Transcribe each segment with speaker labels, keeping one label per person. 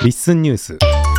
Speaker 1: リッスンニュース。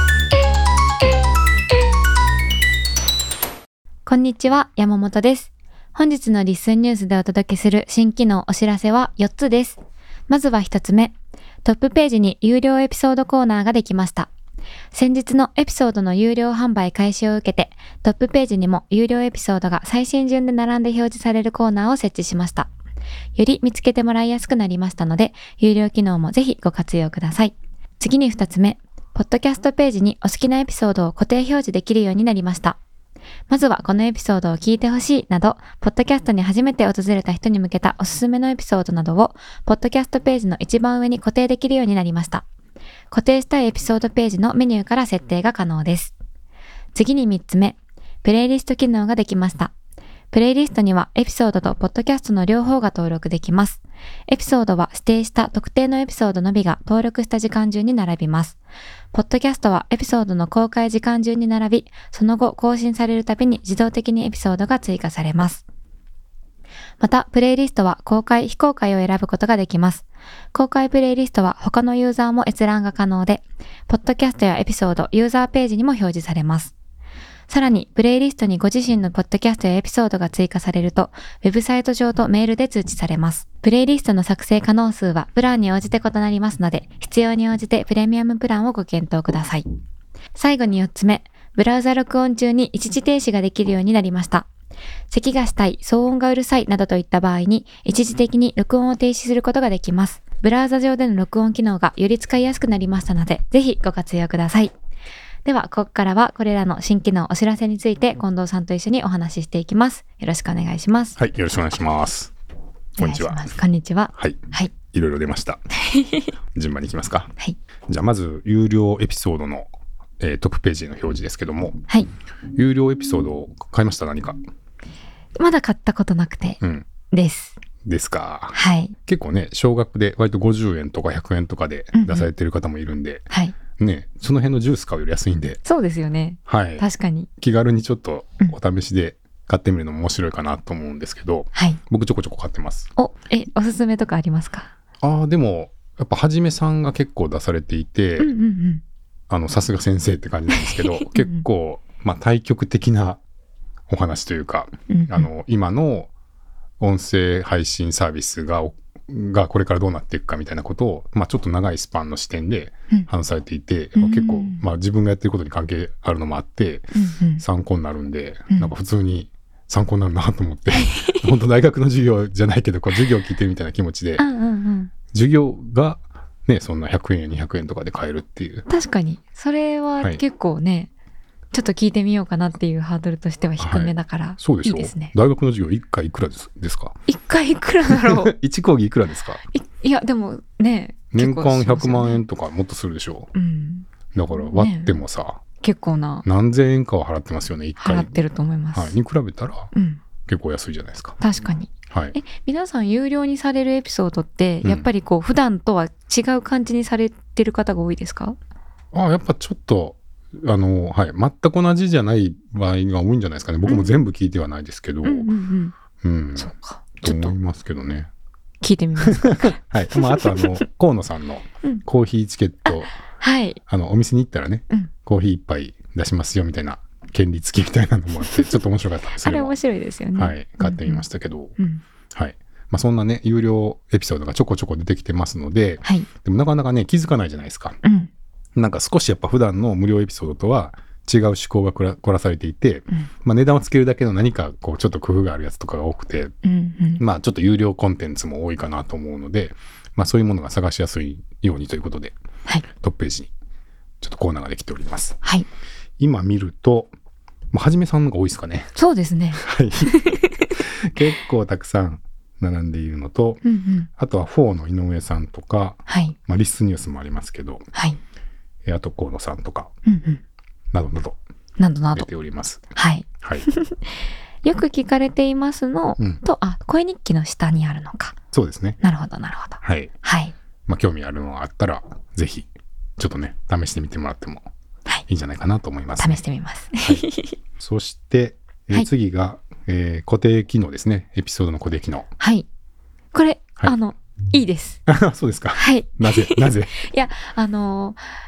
Speaker 2: こんにちは、山本です。本日のリッスンニュースでお届けする新機能お知らせは4つです。まずは1つ目、トップページに有料エピソードコーナーができました。先日のエピソードの有料販売開始を受けて、トップページにも有料エピソードが最新順で並んで表示されるコーナーを設置しました。より見つけてもらいやすくなりましたので、有料機能もぜひご活用ください。次に2つ目、ポッドキャストページにお好きなエピソードを固定表示できるようになりました。まずはこのエピソードを聞いてほしいなど、ポッドキャストに初めて訪れた人に向けたおすすめのエピソードなどを、ポッドキャストページの一番上に固定できるようになりました。固定したいエピソードページのメニューから設定が可能です。次に3つ目、プレイリスト機能ができました。プレイリストにはエピソードとポッドキャストの両方が登録できます。エピソードは指定した特定のエピソードのみが登録した時間順に並びます。ポッドキャストはエピソードの公開時間順に並び、その後更新されるたびに自動的にエピソードが追加されます。また、プレイリストは公開・非公開を選ぶことができます。公開プレイリストは他のユーザーも閲覧が可能で、ポッドキャストやエピソード、ユーザーページにも表示されます。さらに、プレイリストにご自身のポッドキャストやエピソードが追加されると、ウェブサイト上とメールで通知されます。プレイリストの作成可能数はプランに応じて異なりますので、必要に応じてプレミアムプランをご検討ください。最後に4つ目、ブラウザ録音中に一時停止ができるようになりました。咳がしたい、騒音がうるさいなどといった場合に、一時的に録音を停止することができます。ブラウザ上での録音機能がより使いやすくなりましたので、ぜひご活用ください。では、ここからはこれらの新機能お知らせについて近藤さんと一緒にお話ししていきます。よろしくお願いします。
Speaker 1: はい、よろしくお願いします。こんにちは。
Speaker 2: こんにちは。
Speaker 1: はい。
Speaker 2: はい。
Speaker 1: いろいろ出ました。順番に行きますか。
Speaker 2: はい。
Speaker 1: じゃあまず有料エピソードの、トップページへの表示ですけども、
Speaker 2: はい。
Speaker 1: 有料エピソードを買いました？何か？
Speaker 2: まだ買ったことなくてです。
Speaker 1: ですか。
Speaker 2: はい。
Speaker 1: 結構ね、少額で割と50円とか100円とかで出されてる方もいるんで、
Speaker 2: はい。
Speaker 1: ね、その辺のジュース買うより安いんで、
Speaker 2: そうですよね。
Speaker 1: はい。
Speaker 2: 確かに。
Speaker 1: 気軽にちょっとお試しで買ってみるのも面白いかなと思うんですけど、
Speaker 2: はい。
Speaker 1: 僕ちょこちょこ買ってます。
Speaker 2: おすすめとかありますか？
Speaker 1: でもやっぱはじめさんが結構出されていて、さすが先生って感じなんですけど、結構対極的なお話というか、今の音声配信サービスがこれからどうなっていくかみたいなことを、ちょっと長いスパンの視点で話されていて、結構、自分がやってることに関係あるのもあって、参考になるんで、なんか普通に参考になるなと思って、本当大学の授業じゃないけど、授業を聞いてるみたいな気持ちで、授業がね、そんな100円や200円とかで買えるっていう。
Speaker 2: 確かに。それは結構ね、ちょっと聞いてみようかなっていうハードルとしては低めだから、
Speaker 1: そうでしょう。
Speaker 2: いいですね。
Speaker 1: 大学の授業1回いくらですか
Speaker 2: ？1回いくらだろう
Speaker 1: 1講義いくらですか？
Speaker 2: いや、でもね、
Speaker 1: 年間100万円とかもっとするでしょう。だから割ってもさ、
Speaker 2: 結構な
Speaker 1: 何千円かは払ってますよね、1回。
Speaker 2: 払ってると思います。
Speaker 1: に比べたら、結構安いじゃないですか。
Speaker 2: 確かに。
Speaker 1: はい。
Speaker 2: 皆さん有料にされるエピソードって、やっぱり普段とは違う感じにされてる方が多いですか？
Speaker 1: やっぱちょっと、全く同じじゃない場合が多いんじゃないですかね。僕も全部聞いてはないですけど。
Speaker 2: そうか。
Speaker 1: と思いますけどね。
Speaker 2: 聞いてみますか。
Speaker 1: はい。あと河野さんのコーヒーチケット、
Speaker 2: はい。
Speaker 1: お店に行ったらね、コーヒー一杯出しますよみたいな、権利付きみたいなのもあって、ちょっと面白かったです。
Speaker 2: あれ面白いですよね。
Speaker 1: はい。買ってみましたけど。はい。そんなね、有料エピソードがちょこちょこ出てきてますので、でもなかなかね、気づかないじゃないですか。なんか少しやっぱ普段の無料エピソードとは違う趣向が凝らされていて、値段をつけるだけの何かちょっと工夫があるやつとかが多くて、ちょっと有料コンテンツも多いかなと思うので、そういうものが探しやすいようにということで、トップページにちょっとコーナーができております。
Speaker 2: はい。
Speaker 1: 今見ると、はじめさんのが多いですかね。
Speaker 2: そうですね。
Speaker 1: はい。結構たくさん並んでいるのと、あとは4の井上さんとか、リッスンニュースもありますけど、あと河野さんとか、などなど出ております。
Speaker 2: はい。よく聞かれていますのと、声日記の下にあるのか。
Speaker 1: そうですね。
Speaker 2: なるほど、なるほど。
Speaker 1: はい。興味あるのがあったら、ぜひ、ちょっとね、試してみてもらってもいいんじゃないかなと思います、
Speaker 2: 試してみます。
Speaker 1: そして、次が、固定機能ですね。エピソードの固定機能。
Speaker 2: はい。これ、いいです。
Speaker 1: そうですか。
Speaker 2: はい。
Speaker 1: なぜ
Speaker 2: いや、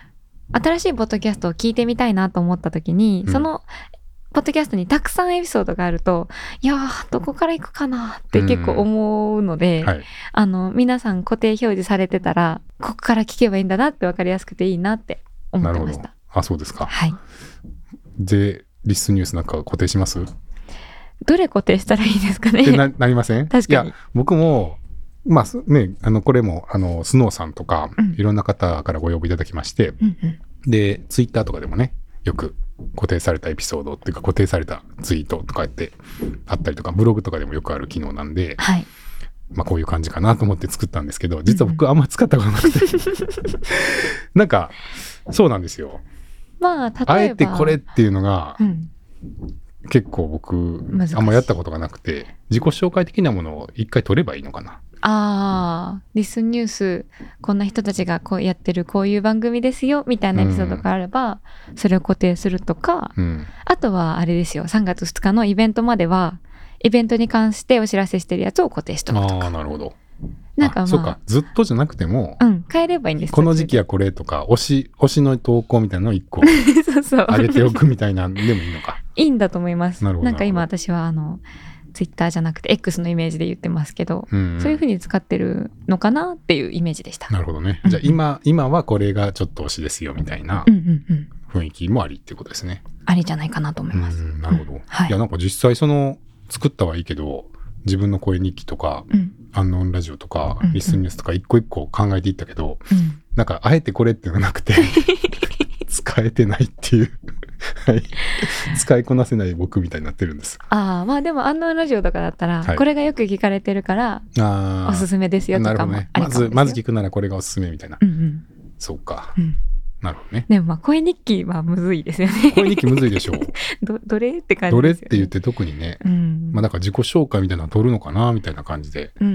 Speaker 2: 新しいポッドキャストを聞いてみたいなと思った時に、そのポッドキャストにたくさんエピソードがあると、いやーどこから行くかなって結構思うので、はい、皆さん固定表示されてたらここから聞けばいいんだなって分かりやすくていいなって思ってました。
Speaker 1: あ、そうですか。
Speaker 2: はい。
Speaker 1: でリスニュースなんか固定します？
Speaker 2: どれ固定したらいいですかね。
Speaker 1: ってなりません？
Speaker 2: 確かに。
Speaker 1: いや僕もまあね、これもスノーさんとか、いろんな方からご要望いただきまして、でツイッターとかでもねよく固定されたエピソードっていうか固定されたツイートとかってあったりとか、ブログとかでもよくある機能なんで、
Speaker 2: はい、
Speaker 1: まあこういう感じかなと思って作ったんですけど、実は僕あんま使ったことなくてなんかそうなんですよ。
Speaker 2: まあ例えば
Speaker 1: あえてこれっていうのが、結構僕あんまやったことがなくて、自己紹介的なものを一回取ればいいのかな。
Speaker 2: リスニュースこんな人たちがこうやってるこういう番組ですよみたいなエピソードがあれば、それを固定するとか、あとはあれですよ、3月2日のイベントまではイベントに関してお知らせしてるやつを固定しとくとか。
Speaker 1: なるほど。
Speaker 2: なんか
Speaker 1: そうか、ずっとじゃなくても、
Speaker 2: 変えればいいんです。
Speaker 1: この時期はこれとか推しの投稿みたいなのを1個
Speaker 2: そう
Speaker 1: 上げておくみたいなんでもいいのか。
Speaker 2: いいんだと思います。
Speaker 1: なん
Speaker 2: か今私はツイッターじゃなくて X のイメージで言ってますけど、そういう風に使ってるのかなっていうイメージでした。
Speaker 1: なるほどね。じゃあ今はこれがちょっと推しですよみたいな雰囲気もありっていうことですね。
Speaker 2: ありじゃないかなと思います。
Speaker 1: なるほど。いやなんか実際作ったはいいけど、自分の声日記とか、アンノーンラジオとか、リスンニュースとか一個一個考えていったけど、なんかあえてこれっていうのがなくて使えてないっていうはい、使いこなせない僕みたいになってるんです。
Speaker 2: まあでもアンノーンラジオとかだったら、これがよく聞かれてるからおすすめですよとかもありかもですよ。
Speaker 1: まず聞くならこれがおすすめみたいな。そうか。なるほどね。
Speaker 2: でもまあ声日記はむずいですよね。
Speaker 1: 声日記むずいでしょう。
Speaker 2: どれって感じですよね。
Speaker 1: どれって言って特にね、まあだから自己紹介みたいなの撮るのかなみたいな感じで、日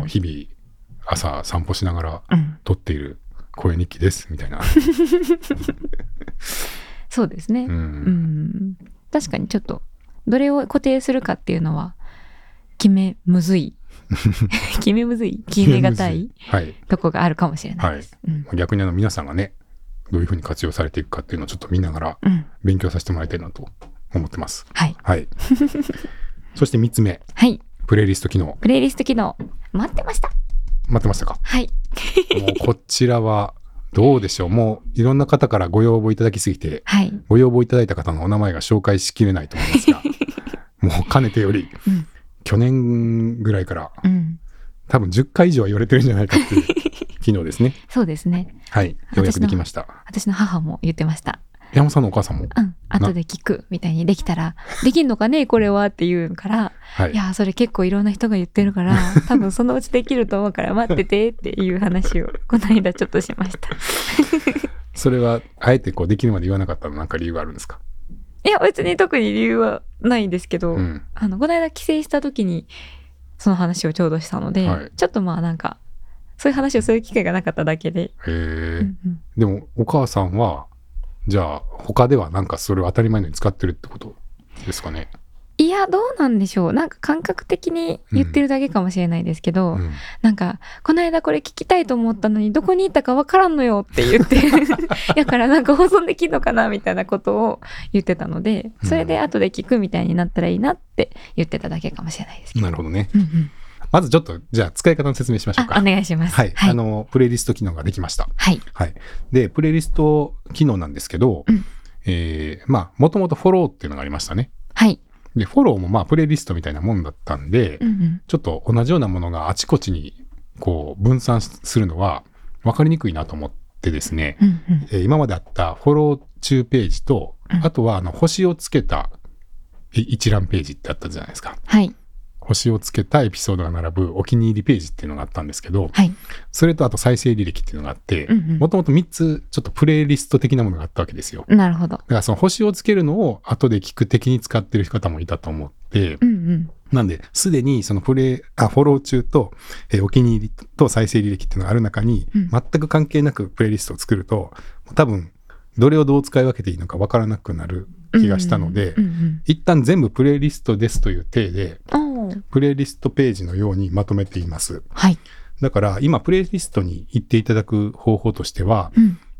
Speaker 1: 々朝散歩しながら撮っている声日記ですみたいな。
Speaker 2: そうですね。確かにちょっとどれを固定するかっていうのは決めむずい決めがたいとこがあるかもしれないです。
Speaker 1: 逆に皆さんがねどういうふうに活用されていくかっていうのをちょっと見ながら勉強させてもらいたいなと思ってます。そして3つ目、プレイリスト機能。
Speaker 2: 待ってましたか。
Speaker 1: もうこちらはどうでしょう。もういろんな方からご要望いただきすぎて、ご要望いただいた方のお名前が紹介しきれないと思いますがもうかねてより、去年ぐらいから、多分10回以上は言われてるんじゃないかっていう機能ですね。
Speaker 2: そうですね。
Speaker 1: ようやくできました。
Speaker 2: 私の母も言ってました。
Speaker 1: 山本さんのお母さんも、
Speaker 2: 後で聞くみたいにできたらできんのかねこれはって言うから、いやそれ結構いろんな人が言ってるから多分そのうちできると思うから待っててっていう話をこの間ちょっとしました
Speaker 1: それはあえてできるまで言わなかったのなんか理由があるんですか？
Speaker 2: いや別に特に理由はないんですけど、この間帰省した時にその話をちょうどしたので、ちょっとまあなんかそういう話をする機会がなかっただけで。
Speaker 1: でもお母さんはじゃあ他ではなんかそれを当たり前のように使ってるってことですかね？
Speaker 2: いやどうなんでしょう。なんか感覚的に言ってるだけかもしれないですけど、なんかこの間これ聞きたいと思ったのにどこに行ったかわからんのよって言ってだからなんか放送できるのかなみたいなことを言ってたので、それで後で聞くみたいになったらいいなって言ってただけかもしれないですけど。
Speaker 1: なるほどね。まずちょっとじゃあ使い方の説明しましょうか。
Speaker 2: お願いします。
Speaker 1: プレイリスト機能ができました。でプレイリスト機能なんですけど、まあもともとフォローっていうのがありましたね。でフォローもまあプレイリストみたいなもんだったんで、ちょっと同じようなものがあちこちにこう分散するのは分かりにくいなと思ってですね、今まであったフォロー中ページと、あとは星をつけた一覧ページってあったじゃないですか。星をつけたエピソードが並ぶお気に入りページっていうのがあったんですけど、それとあと再生履歴っていうのがあって、もともと3つちょっとプレイリスト的なものがあったわけですよ。
Speaker 2: なるほど。
Speaker 1: だからその星をつけるのを後で聞く的に使ってる方もいたと思って、なんですでにそのフォロー中と、お気に入りと再生履歴っていうのがある中に、全く関係なくプレイリストを作ると多分どれをどう使い分けていいのか分からなくなる気がしたので、一旦全部プレイリストですという体でプレイリストページのようにまとめています。だから今プレイリストに行っていただく方法としては、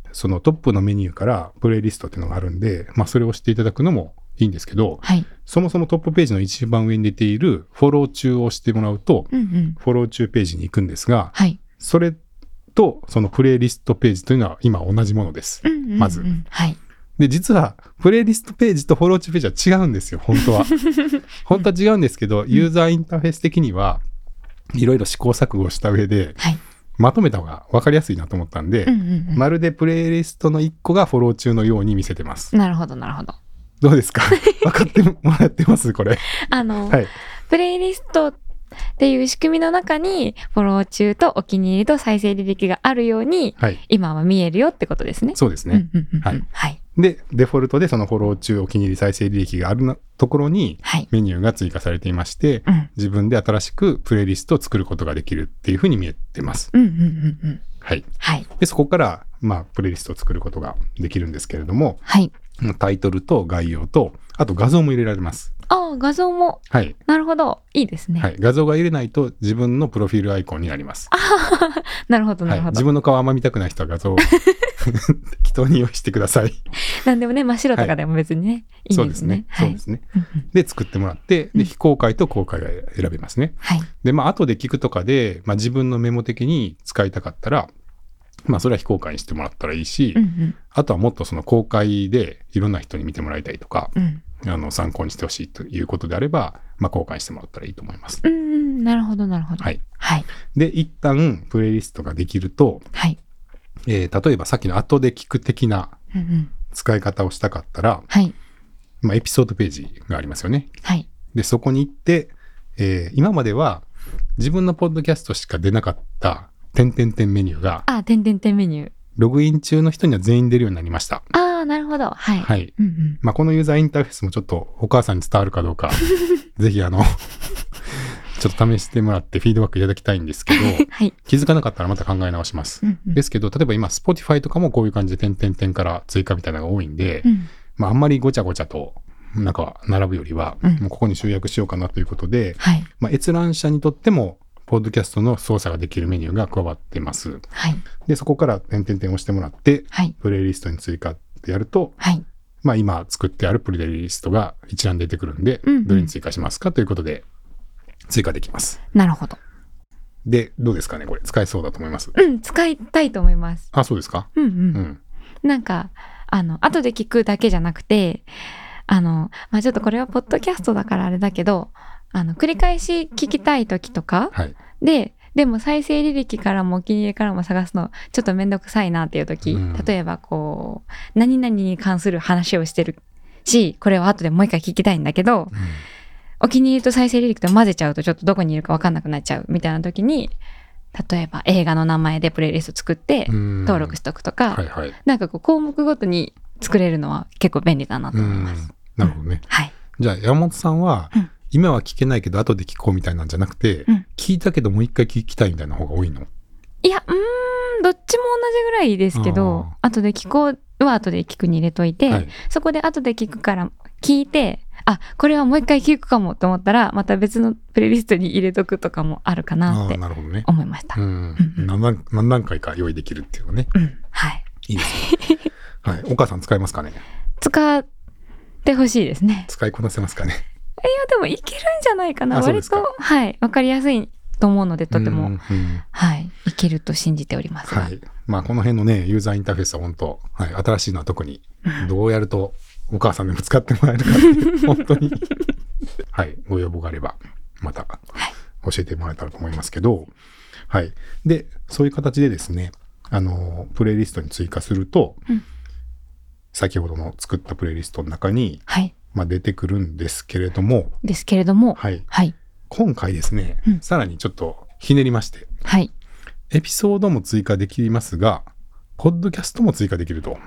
Speaker 1: そのトップのメニューからプレイリストっていうのがあるんで、それを押していただくのもいいんですけど、
Speaker 2: はい、
Speaker 1: そもそもトップページの一番上に出ているフォロー中を押してもらうと、フォロー中ページに行くんですが、
Speaker 2: はい、
Speaker 1: それとそのプレイリストページというのは今同じものです。まず。
Speaker 2: はい。
Speaker 1: で、実はプレイリストページとフォロー中ページは違うんですよ、本当は。本当は違うんですけど、ユーザーインターフェース的にはいろいろ試行錯誤した上で、
Speaker 2: はい、も
Speaker 1: まとめた方が分かりやすいなと思ったんで、まるでプレイリストの1個がフォロー中のように見せてます。
Speaker 2: なるほど、なるほど。
Speaker 1: どうですか？分かってもらってますこれ。はい、
Speaker 2: プレイリストっていう仕組みの中にフォロー中とお気に入りと再生履歴があるように、はい、今は見えるよってことですね。
Speaker 1: そうですね。はい。で、デフォルトでそのフォロー中お気に入り再生履歴があるところにメニューが追加されていまして、自分で新しくプレイリストを作ることができるっていうふうに見えてます。はい。はい。で、そこからプレイリストを作ることができるんですけれども、はい。タイトルと概要と、あと画像も入れられます。
Speaker 2: ああ、画像も。はい。なるほど。いいですね。
Speaker 1: はい。画像が入れないと自分のプロフィールアイコンになります。
Speaker 2: なるほど、なるほど。
Speaker 1: 自分の顔あんま見たくない人は画像を適当に用意してください。
Speaker 2: なんでもね、真っ白とかでも別にね、いいんですね。
Speaker 1: そうですね。で、作ってもらって、で、非公開と公開が選べますね。はい。で、後で聞くとかで、自分のメモ的に使いたかったら、それは非公開にしてもらったらいいし、あとはもっとその公開でいろんな人に見てもらいたいとか、参考にしてほしいということであれば、公開してもらったらいいと思います。
Speaker 2: なるほど、なるほど。
Speaker 1: はい。はい。で、一旦プレイリストができると、はい。例えばさっきの後で聞く的な使い方をしたかったら、はい。エピソードページがありますよね。はい。で、そこに行って、今までは自分のポッドキャストしか出なかった点々点メニューが、
Speaker 2: 点々点メニュー。
Speaker 1: ログイン中の人には全員出るようになりました。
Speaker 2: なるほど。はい。はい。
Speaker 1: このユーザーインターフェースもちょっとお母さんに伝わるかどうか、ぜひちょっと試してもらってフィードバックいただきたいんですけど、はい、気づかなかったらまた考え直します。ですけど、例えば今、Spotify とかもこういう感じで点々点から追加みたいなのが多いんで、あんまりごちゃごちゃとなんか並ぶよりは、もうここに集約しようかなということで、閲覧者にとっても、ポッドキャストの操作ができるメニューが加わってます。はい、で、そこから点々点を押してもらって、はい、プレイリストに追加ってやると、はい、今作ってあるプレイリストが一覧出てくるんで、どれに追加しますかということで追加できます。
Speaker 2: なるほど。
Speaker 1: で、どうですかねこれ使えそうだと思います？
Speaker 2: 使いたいと思います。
Speaker 1: そうですか？
Speaker 2: なんか、後で聞くだけじゃなくて、ちょっとこれはポッドキャストだからあれだけど、繰り返し聞きたい時とか、はい、でも再生履歴からもお気に入りからも探すのちょっとめんどくさいなっていう時、例えばこう何々に関する話をしてるし、これを後でもう一回聞きたいんだけど、お気に入りと再生履歴と混ぜちゃうとちょっとどこにいるか分かんなくなっちゃうみたいな時に、例えば映画の名前でプレイリスト作って登録しとくとか、なんかこう項目ごとに作れるのは結構便利だなと思います。
Speaker 1: なるほどね。はい。じゃあ山本さんは、今は聞けないけど後で聞こうみたいなんじゃなくて、聞いたけどもう一回聞きたいみたいな方が多いの？
Speaker 2: いや、どっちも同じぐらいですけど、後で聞こうは後で聞くに入れといて、そこで後で聞くから聞いて、これはもう一回聞くかもと思ったら、また別のプレイリストに入れとくとかもあるかなって思いました。
Speaker 1: 何段階か用意できるっていうのね。はい。いいですね。はい。お母さん使いますかね？
Speaker 2: 使ってほしいですね。
Speaker 1: 使いこなせますかね？
Speaker 2: いやでもいけるんじゃないかな。割とわかりやすいと思うので、とてもいけると信じておりますが、はい、
Speaker 1: この辺のねユーザーインターフェースは本当、新しいのは特にどうやるとお母さんでも使ってもらえるかって本当にご要望があればまた教えてもらえたらと思いますけど、でそういう形でですね、プレイリストに追加すると、先ほどの作ったプレイリストの中に、出てくるんですけれども、今回ですね、さらにちょっとひねりまして、エピソードも追加できますが、ポッドキャストも追加できると。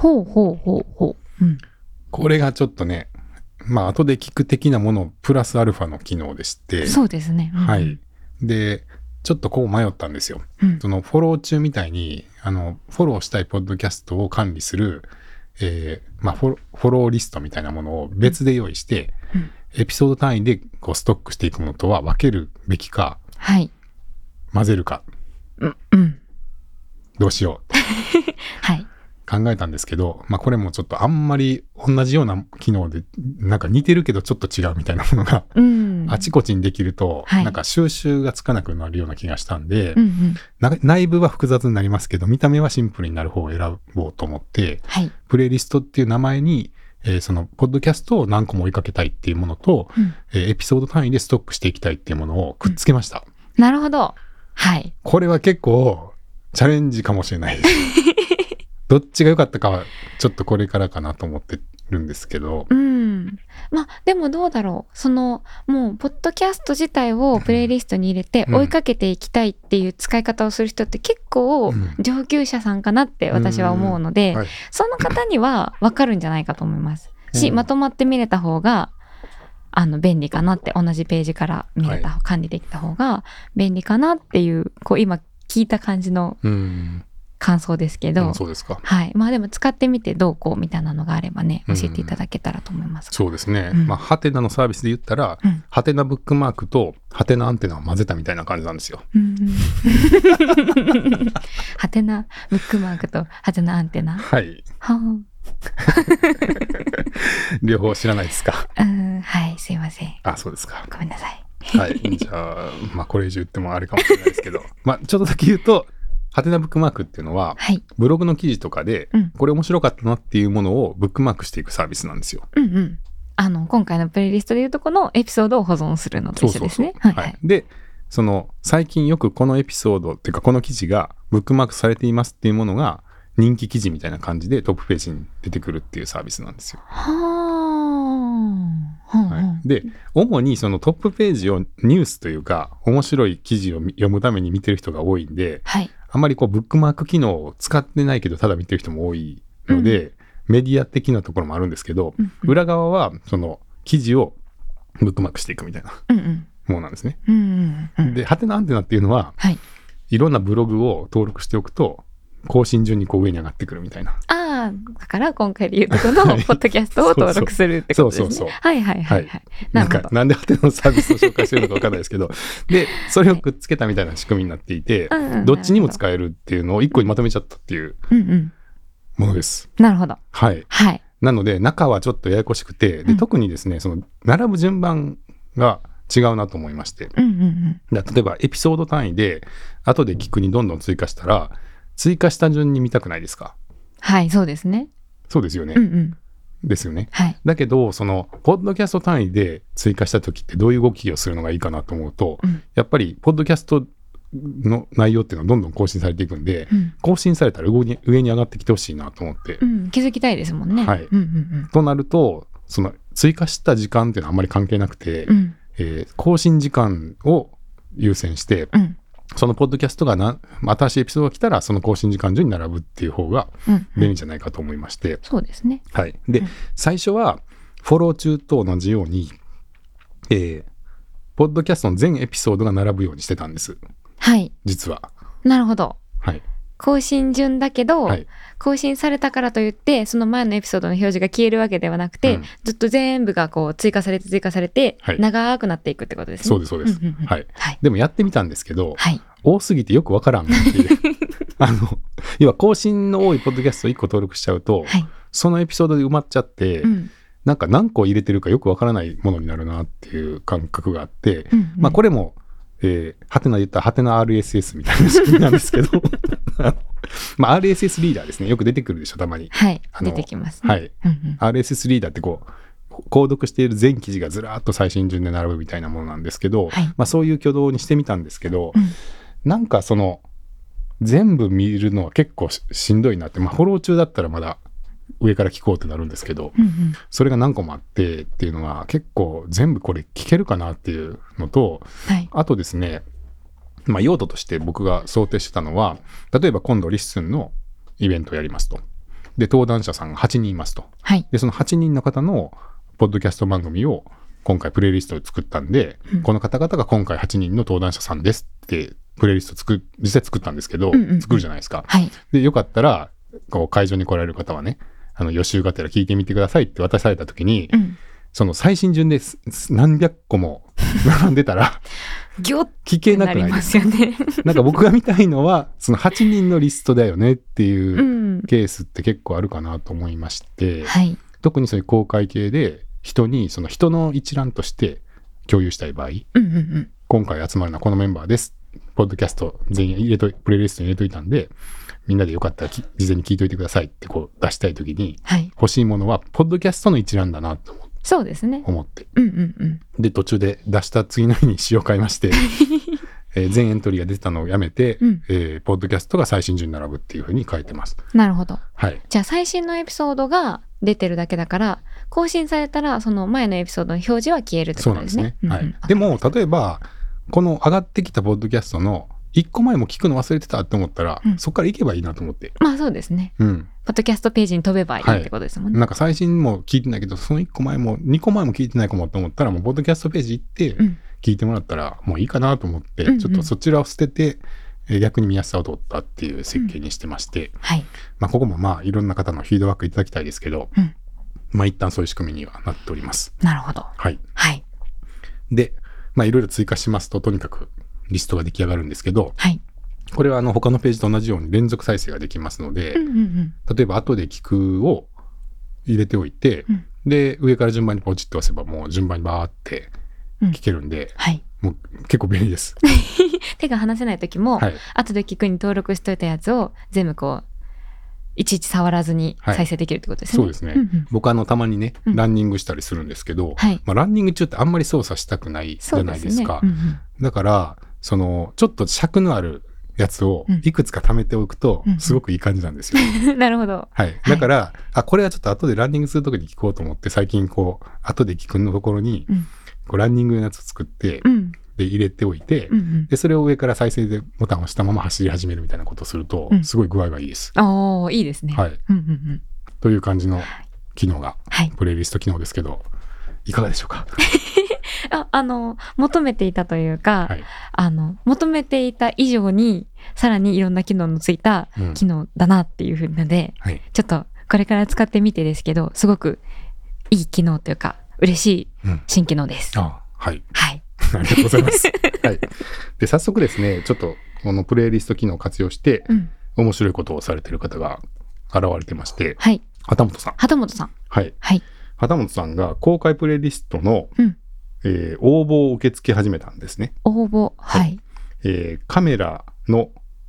Speaker 1: これがちょっとね、後で聞く的なものプラスアルファの機能でして、
Speaker 2: そうですね。
Speaker 1: で、ちょっとこう迷ったんですよ。そのフォロー中みたいにフォローしたいポッドキャストを管理するフォローリストみたいなものを別で用意して、エピソード単位でこうストックしていくものとは分けるべきか、混ぜるか、どうしよう考えたんですけど、これもちょっとあんまり同じような機能でなんか似てるけどちょっと違うみたいなものが、あちこちにできると、なんか収集がつかなくなるような気がしたんで、内部は複雑になりますけど見た目はシンプルになる方を選ぼうと思って、プレイリストっていう名前に、そのポッドキャストを何個も追いかけたいっていうものと、エピソード単位でストックしていきたいっていうものをくっつけました。
Speaker 2: なるほど。はい。
Speaker 1: これは結構チャレンジかもしれないです。どっちが良かったかはちょっとこれからかなと思ってるんですけど。
Speaker 2: でもどうだろう。もうポッドキャスト自体をプレイリストに入れて追いかけていきたいっていう使い方をする人って結構上級者さんかなって私は思うので、その方には分かるんじゃないかと思いますし、まとまって見れた方が便利かなって、同じページから見れた、管理できた方が便利かなっていう、今聞いた感じの感想ですけど、
Speaker 1: そうですか。
Speaker 2: はい。でも使ってみてどうこうみたいなのがあればね、教えていただけたらと思います。
Speaker 1: そうですね。ハテナのサービスで言ったら、ハテナブックマークとハテナアンテナを混ぜたみたいな感じなんですよ。
Speaker 2: ハテナブックマークとハテナアンテナ。
Speaker 1: はい。両方知らないですか。
Speaker 2: はい、すいません。
Speaker 1: そうですか。
Speaker 2: ごめんなさい。
Speaker 1: はい。じゃあ、これ以上言ってもあれかもしれないですけど、ちょっとだけ言うと、ハテナブックマークっていうのは、ブログの記事とかで、これ面白かったなっていうものをブックマークしていくサービスなんですよ。
Speaker 2: 今回のプレイリストでいうとこのエピソードを保存するのと一緒ですね。
Speaker 1: で、最近よくこのエピソードっていうかこの記事がブックマークされていますっていうものが人気記事みたいな感じでトップページに出てくるっていうサービスなんですよ。で、主にそのトップページをニュースというか面白い記事を読むために見てる人が多いんで、あんまりブックマーク機能を使ってないけどただ見てる人も多いので、メディア的なところもあるんですけど、裏側はその記事をブックマークしていくみたいなものなんですね。で、ハテナアンテナっていうのは、いろんなブログを登録しておくと更新順に上に上がってくるみたいな。
Speaker 2: だから今回で言うとこのポッドキャストを登録するってことですね。なん
Speaker 1: でハテナのサービスを紹介してるのか分かんないですけど、でそれをくっつけたみたいな仕組みになっていて、どっちにも使えるっていうのを一個にまとめちゃったっていうものです。
Speaker 2: なるほど。
Speaker 1: なので中はちょっとややこしくて、で特にですね、その並ぶ順番が違うなと思いまして、例えばエピソード単位で後で聞くにどんどん追加したら追加した順に見たくないですか？
Speaker 2: そうですね。
Speaker 1: そうですよね。ですよね。だけどそのポッドキャスト単位で追加した時ってどういう動きをするのがいいかなと思うと、やっぱりポッドキャストの内容っていうのはどんどん更新されていくんで、更新されたら上に上がってきてほしいなと思って、
Speaker 2: 気づきたいですもんね。
Speaker 1: となるとその追加した時間っていうのはあんまり関係なくて、更新時間を優先して、そのポッドキャストが新しいエピソードが来たらその更新時間順に並ぶっていう方が便利じゃないかと思いまして、
Speaker 2: そうですね。
Speaker 1: で、最初はフォロー中と同じように、ポッドキャストの全エピソードが並ぶようにしてたんです。実は。
Speaker 2: なるほど。更新順だけど、更新されたからといってその前のエピソードの表示が消えるわけではなくて、ずっと全部が追加されて、長くなっていくってことですね。
Speaker 1: そうですそうです。でもやってみたんですけど、多すぎてよくわからんっていう要は更新の多いポッドキャスト1個登録しちゃうと、そのエピソードで埋まっちゃって、なんか何個入れてるかよくわからないものになるなっていう感覚があって、これもハテナで言ったらハテナ RSS みたいな仕組みなんですけどRSS リーダーですね。よく出てくるでしょ、たまに。
Speaker 2: 出てきますね。
Speaker 1: RSS リーダーって購読している全記事がずらっと最新順で並ぶみたいなものなんですけど、そういう挙動にしてみたんですけど、なんかその全部見るのは結構しんどいなって、フォロー中だったらまだ上から聞こうってなるんですけど、それが何個もあってっていうのは結構全部これ聞けるかなっていうのと、あとですね、用途として僕が想定してたのは、例えば今度リッスンのイベントをやりますと。で、登壇者さんが8人いますと。で、その8人の方のポッドキャスト番組を今回プレイリストを作ったんで、この方々が今回8人の登壇者さんですってプレイリスト実際作ったんですけど、作るじゃないですか。で、よかったら会場に来られる方はね、予習がてら聞いてみてくださいって渡された時に、その最新順で何百個も並んでたら
Speaker 2: ギョッ
Speaker 1: 聞けなくないですか？
Speaker 2: なりますよね。
Speaker 1: なんか僕が見たいのはその8人のリストだよねっていうケースって結構あるかなと思いまして、
Speaker 2: はい、
Speaker 1: 特にそういう公開系で人にその人の一覧として共有したい場合、今回集まるのはこのメンバーです、ポッドキャスト全員プレイリストに入れといたんでみんなでよかったら事前に聞いといてくださいってこう出したいときに、欲しいものはポッドキャストの一覧だなと思って、
Speaker 2: そうですね、
Speaker 1: 思って、で途中で出した次の日に仕様変えまして全エントリーが出てたのをやめて、ポッドキャストが最新順に並ぶっていう風に書いてます。
Speaker 2: なるほど、
Speaker 1: はい、
Speaker 2: じゃあ最新のエピソードが出てるだけだから更新されたらその前のエピソードの表示は消えるってことですね。
Speaker 1: そうなんですね、でも例えばこの上がってきたポッドキャストの1個前も聞くの忘れてたって思ったら、そこから行けばいいなと思って。
Speaker 2: まあそうですね、ポッドキャストページに飛べばいいってことですもんね。
Speaker 1: なんか最新も聞いてないけどその1個前も2個前も聞いてないかもと思ったらもうポッドキャストページ行って聞いてもらったらもういいかなと思って、ちょっとそちらを捨てて逆に見やすさを取ったっていう設計にしてまして、ここもまあいろんな方のフィードバックいただきたいですけど、一旦そういう仕組みにはなっております。
Speaker 2: なるほど。
Speaker 1: はい。で、いろいろ追加しますととにかくリストが出来上がるんですけど、これは他のページと同じように連続再生ができますので、例えば後で聞くを入れておいて、で上から順番にポチッと押せばもう順番にバーって聞けるんで、もう結構便利です。
Speaker 2: 手が離せない時も、後で聞くに登録しといたやつを全部こういちいち触らずに再生できるってことですね。
Speaker 1: そうですね。僕たまにねランニングしたりするんですけど、ランニング中ってあんまり操作したくないじゃないですか。だからそのちょっと尺のあるやつをいくつか貯めておくとすごくいい感じなんですよ。
Speaker 2: なるほど。
Speaker 1: だから、これはちょっと後でランニングするときに聞こうと思って最近こう後で聞くのところにこうランニングのやつを作って、で入れておいて、でそれを上から再生でボタンを押したまま走り始めるみたいなことをすると、すごい具合がいいです。
Speaker 2: いいですね。
Speaker 1: という感じの機能が、プレイリスト機能ですけどいかがでしょうか？
Speaker 2: 求めていたというか、求めていた以上にさらにいろんな機能のついた機能だなっていうふうなので、ちょっとこれから使ってみてですけどすごくいい機能というか嬉しい新機能です。
Speaker 1: ありがとうございます。で早速ですねちょっとこのプレイリスト機能を活用して、面白いことをされている方が現れてまして、旗本さん。旗本さんが公開プレイリストの、応募を受け付け始めたんですね。
Speaker 2: 応募、
Speaker 1: カメラの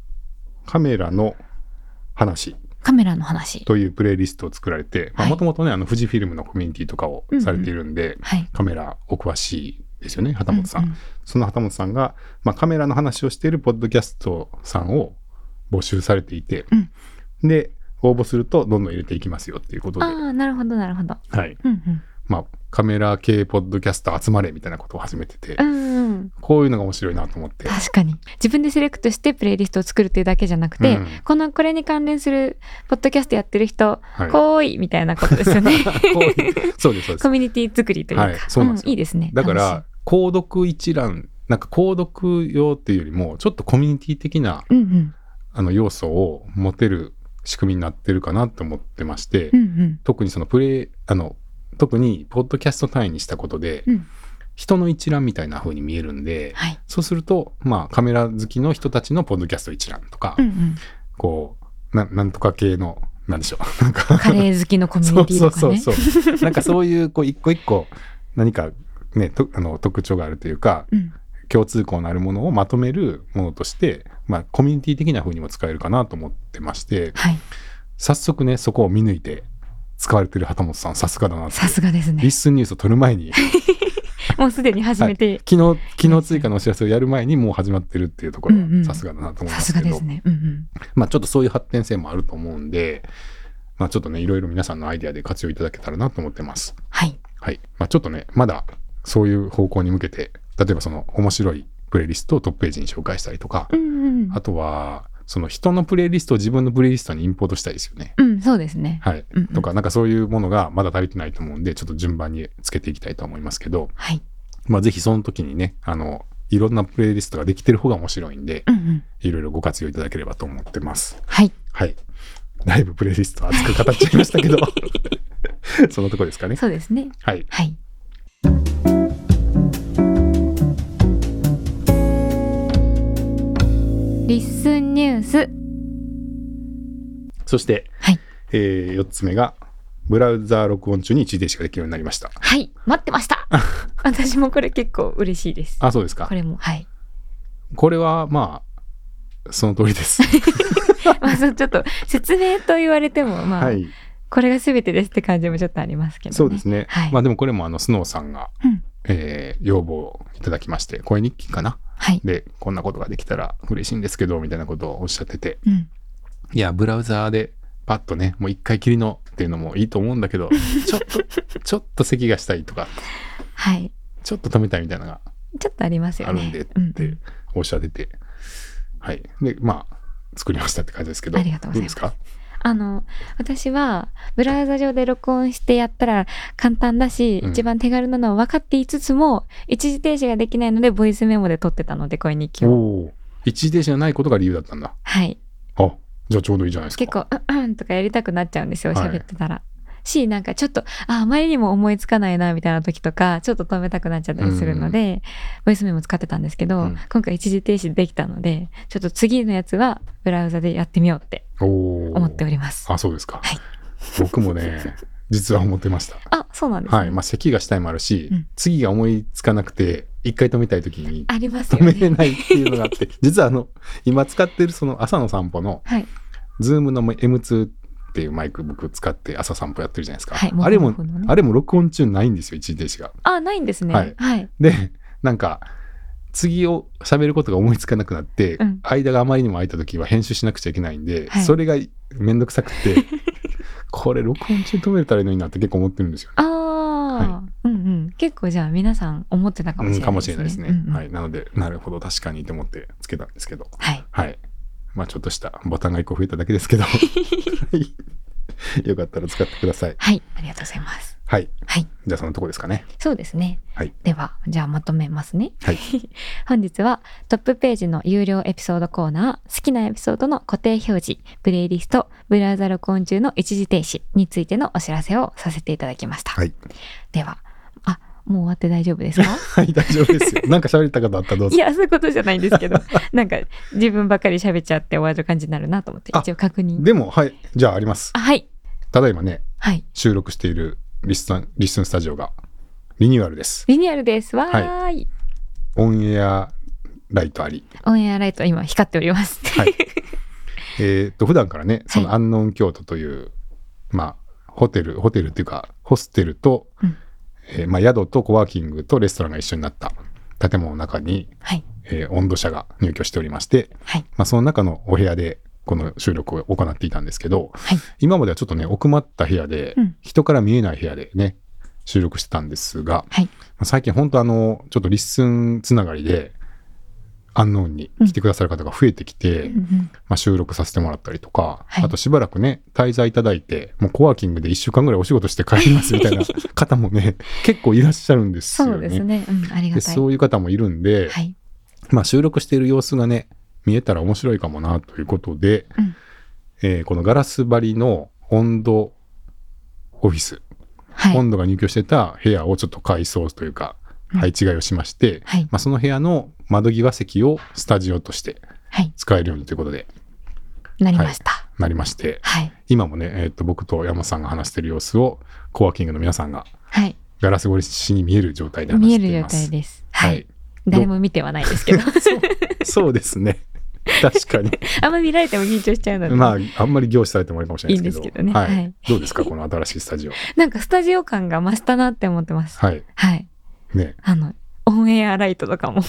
Speaker 1: 話というプレイリストを作られて、もともとね富士フィルムのコミュニティとかをされているんで、カメラお詳しいですよね、旗本さん。その旗本さんが、カメラの話をしているポッドキャストさんを募集されていて、で応募するとどんどん入れていきますよっていうことで。
Speaker 2: なるほどなるほど。
Speaker 1: カメラ系ポッドキャスト集まれみたいなことを始めてて、こういうのが面白いなと思って。
Speaker 2: 確かに自分でセレクトしてプレイリストを作るっていうだけじゃなくて、これに関連するポッドキャストやってる人、こいみたいなことですよね。
Speaker 1: そうです
Speaker 2: コミュニティ作りというか、いいですね。
Speaker 1: だから購読一覧、なんか購読用っていうよりもちょっとコミュニティ的な、要素を持てる仕組みになってるかなと思ってまして、特にその特にポッドキャスト単位にしたことで、人の一覧みたいな風に見えるんで、そうするとカメラ好きの人たちのポッドキャスト一覧とか、こうなんとか系のなんでしょう、なんか
Speaker 2: カレー好きのコミュニティとかね。
Speaker 1: そうなんかそういうこう一個一個何かね特徴があるというか、共通項のあるものをまとめるものとして、コミュニティ的な風にも使えるかなと思ってまして、早速ねそこを見抜いて使われてる旗本さんさすがだなって。
Speaker 2: さすがですね。
Speaker 1: リッスンニュースを取る前に
Speaker 2: もうすでに始めて、
Speaker 1: 昨日追加のお知らせをやる前にもう始まってるっていうところはさすがだなと思いますけど、ちょっとそういう発展性もあると思うんで、ちょっとねいろいろ皆さんのアイデアで活用いただけたらなと思ってます。ちょっとねまだそういう方向に向けて、例えばその面白いプレイリストをトップページに紹介したりとか、あとはその人のプレイリストを自分のプレイリストにインポートしたいですよね。
Speaker 2: そうですね。
Speaker 1: とかなんかそういうものがまだ足りてないと思うんで、ちょっと順番につけていきたいと思いますけど、ぜひその時にねいろんなプレイリストができてる方が面白いんで、いろいろご活用いただければと思ってます。だいぶプレイリスト熱く語っちゃいましたけどそのとこですかね。
Speaker 2: そうですね。 スンニュース。
Speaker 1: そして、
Speaker 2: はい、
Speaker 1: 4つ目がブラウザー録音中に一時停止ができるようになりました。
Speaker 2: はい、待ってました私もこれ結構嬉しいです。
Speaker 1: あ、そうですか。
Speaker 2: これも、はい、
Speaker 1: これはまあその通りです
Speaker 2: まあちょっと説明と言われてもまあ、はい、これが全てですって感じもちょっとありますけどね。
Speaker 1: そうですね、
Speaker 2: はい、
Speaker 1: まあでもこれもスノーさんが、要望をいただきまして、声日記かな、はい、でこんなことができたら嬉しいんですけどみたいなことをおっしゃってて、いやブラウザーでパッとねもう一回きりのっていうのもいいと思うんだけどちょっと咳がしたいとか、はい、ちょっと止めたいみたいなのが
Speaker 2: ちょっとありますよね。
Speaker 1: あるんでっておっしゃってて、はい、でまあ作りましたって感じですけど、
Speaker 2: ありがとうございます。
Speaker 1: どうですか？
Speaker 2: 私はブラウザ上で録音してやったら簡単だし、一番手軽なのは分かっていつつも一時停止ができないのでボイスメモで撮ってたので、声日記を。
Speaker 1: 一時停止がないことが理由だったんだ。
Speaker 2: はい。
Speaker 1: あ、じゃあちょうどいいじゃないですか。
Speaker 2: 結構とかやりたくなっちゃうんですよ、喋ってたら。し、なんかちょっとあまりにも思いつかないなみたいな時とかちょっと止めたくなっちゃったりするので、ボイスメモ使ってたんですけど、今回一時停止できたので、ちょっと次のやつはブラウザでやってみようって思っております。
Speaker 1: あ、そうですか。
Speaker 2: はい、
Speaker 1: 僕もね実は思ってました。
Speaker 2: あ、そうなんですね。
Speaker 1: はい、まあ咳がしたいもあるし、次が思いつかなくて一回止めたい時に
Speaker 2: ありますよね、
Speaker 1: 止めれないっていうのがあって実は今使ってるその朝の散歩の、はい、ズームの M2 っていうマイク僕使って朝散歩やってるじゃないですか、はい、あれも録音中ないんですよ、一時停止が。
Speaker 2: あ、ないんですね。
Speaker 1: はい、はい、でなんか次を喋ることが思いつかなくなって、間があまりにも空いた時は編集しなくちゃいけないんで、はい、それがめんどくさくてこれ録音中止めれたらいいのになって結構思ってるんですよね。
Speaker 2: ああ、はい、結構じゃあ皆さん思ってたかもしれないですね。
Speaker 1: かもしれないですね。はい、なのでなるほど確かにと思ってつけたんですけど、はい、はい、まあちょっとしたボタンが1個増えただけですけどよかったら使ってください。
Speaker 2: はい、ありがとうございます。
Speaker 1: はい、はい、じゃあそのとこですかね。
Speaker 2: そうですね。はい、ではじゃあまとめますね。
Speaker 1: はい、
Speaker 2: 本日はトップページの有料エピソードコーナー、好きなエピソードの固定表示、プレイリスト、ブラウザ録音中の一時停止についてのお知らせをさせていただきました。はい、では、もう終わって大丈夫ですか？
Speaker 1: はい、大丈夫ですよ。なんか喋りたことあったらどうぞ。
Speaker 2: いや、そういうことじゃないんですけどなんか自分ばっかり喋っちゃって終わる感じになるなと思って一応確認。
Speaker 1: でもはい、じゃああります。
Speaker 2: はい、
Speaker 1: ただいまね、
Speaker 2: はい、
Speaker 1: 収録しているリッスンスタジオがリニューアルです。
Speaker 2: リニューアルです。わーい、はい、
Speaker 1: オンエアライトあり。
Speaker 2: オンエアライト今光っております
Speaker 1: はい普段からね、その安納京都という、まあホテルっていうかホステルと、まあ、宿とコワーキングとレストランが一緒になった建物の中に、はい、温度車が入居しておりまして、はい、まあ、その中のお部屋でこの収録を行っていたんですけど、はい、今まではちょっとね奥まった部屋で、人から見えない部屋でね収録してたんですが、はい、最近本当ちょっとリッスンつながりで安納に来てくださる方が増えてきて、まあ、収録させてもらったりとか、はい、あとしばらくね滞在いただいてもうコワーキングで1週間ぐらいお仕事して帰りますみたいな方もね結構いらっしゃるんですよね。
Speaker 2: そうですね、ありがたい。
Speaker 1: でそういう方もいるんで、はい、まあ、収録している様子がね見えたら面白いかもなということで、このガラス張りの温度オフィス、はい、温度が入居してた部屋をちょっと改装というか配置換えをしまして、はい、まあ、その部屋の窓際席をスタジオとして使えるようにということで、
Speaker 2: なりました、
Speaker 1: はい、なりまして、はい、今もね、僕と山さんが話している様子をコワーキングの皆さんがガラス越しに見える状態で話しています。
Speaker 2: 見える状態です。はい、誰も見てはないですけど
Speaker 1: そうですね、確かに
Speaker 2: あんまり見られても緊張しちゃうので、
Speaker 1: まああんまり凝視されてもあれかもしれないですけど、
Speaker 2: いいんですけどね、はいはい、
Speaker 1: どうですかこの新しいスタジオ
Speaker 2: なんかスタジオ感が増したなって思ってます。はい、はい、ね、オンエアライトとかも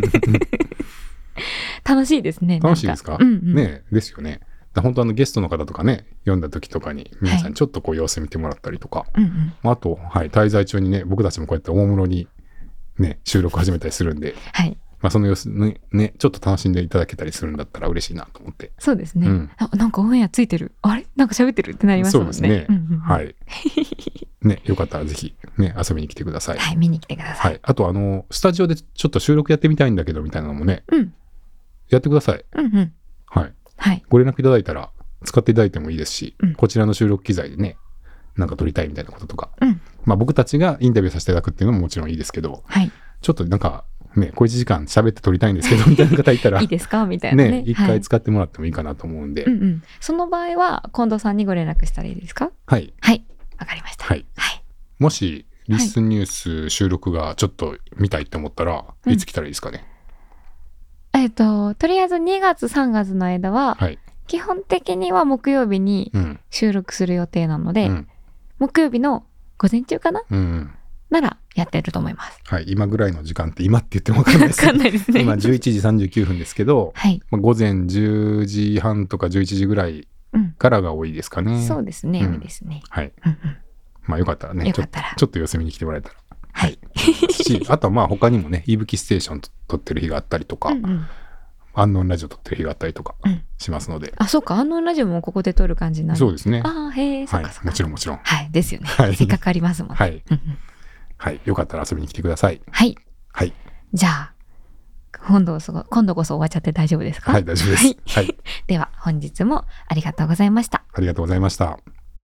Speaker 2: 楽しいですね。
Speaker 1: 楽しいですか、ね、ですよね。本当ゲストの方とかね読んだ時とかに皆さんちょっとこう様子見てもらったりとか、あと、はい、滞在中にね僕たちもこうやっておもむろにね収録始めたりするんで、はい、まあ、その様子ねちょっと楽しんでいただけたりするんだったら嬉しいなと思って。
Speaker 2: そうですね、なんかオンエアついてる、あれなんか喋ってるってなりますもんね。
Speaker 1: そうですね、はいね、よかったらぜひね遊びに来てください。
Speaker 2: はい、見に来てください。
Speaker 1: はい、あとスタジオでちょっと収録やってみたいんだけどみたいなのもね、やってください。はい、はい、ご連絡いただいたら使っていただいてもいいですし、こちらの収録機材でねなんか撮りたいみたいなこととか、まあ僕たちがインタビューさせていただくっていうのももちろんいいですけど、はい、ちょっとなんかね、小1時間喋って撮りたいんですけどみたいな方いたら
Speaker 2: いいですかみたいなね。
Speaker 1: 一回使ってもらってもいいかなと思うんで、
Speaker 2: うんうん、その場合は近藤さんにご連絡したらいいですか？
Speaker 1: はい。
Speaker 2: はい。わかりました。
Speaker 1: はい。もし、リッスンニュース収録がちょっと見たいって思ったら、いつ来たらいいですかね？
Speaker 2: とりあえず2月3月の間は、基本的には木曜日に収録する予定なので、木曜日の午前中かな、ならやってると思います。
Speaker 1: はい。今ぐらいの時間って今って言っても分かんないです。
Speaker 2: 分かんないですね。
Speaker 1: 今11時39分ですけど、午前10時半とか11時ぐらいからが多いですかね。
Speaker 2: そうですね。多いですね。
Speaker 1: はい。まあよかったらね、ちょっと様子見に来てもらえたら。はい。あとはまあ他にもね、いぶきステーション撮ってる日があったりとか、アンノンラジオ撮ってる日があったりとかしますので。
Speaker 2: あ、そうか、アンノンラジオもここで撮る感じになる。
Speaker 1: そうですね。
Speaker 2: ああ、へえ、そうかそうか。
Speaker 1: もちろんもちろん。
Speaker 2: はい、ですよね。せっかくありますもんね。
Speaker 1: はい。はい。よかったら遊びに来てください。
Speaker 2: はい。
Speaker 1: はい。
Speaker 2: じゃあ、今度こそ終わっちゃって大丈夫ですか？
Speaker 1: はい、大丈夫です。はい。
Speaker 2: では、本日もありがとうございました。
Speaker 1: ありがとうございました。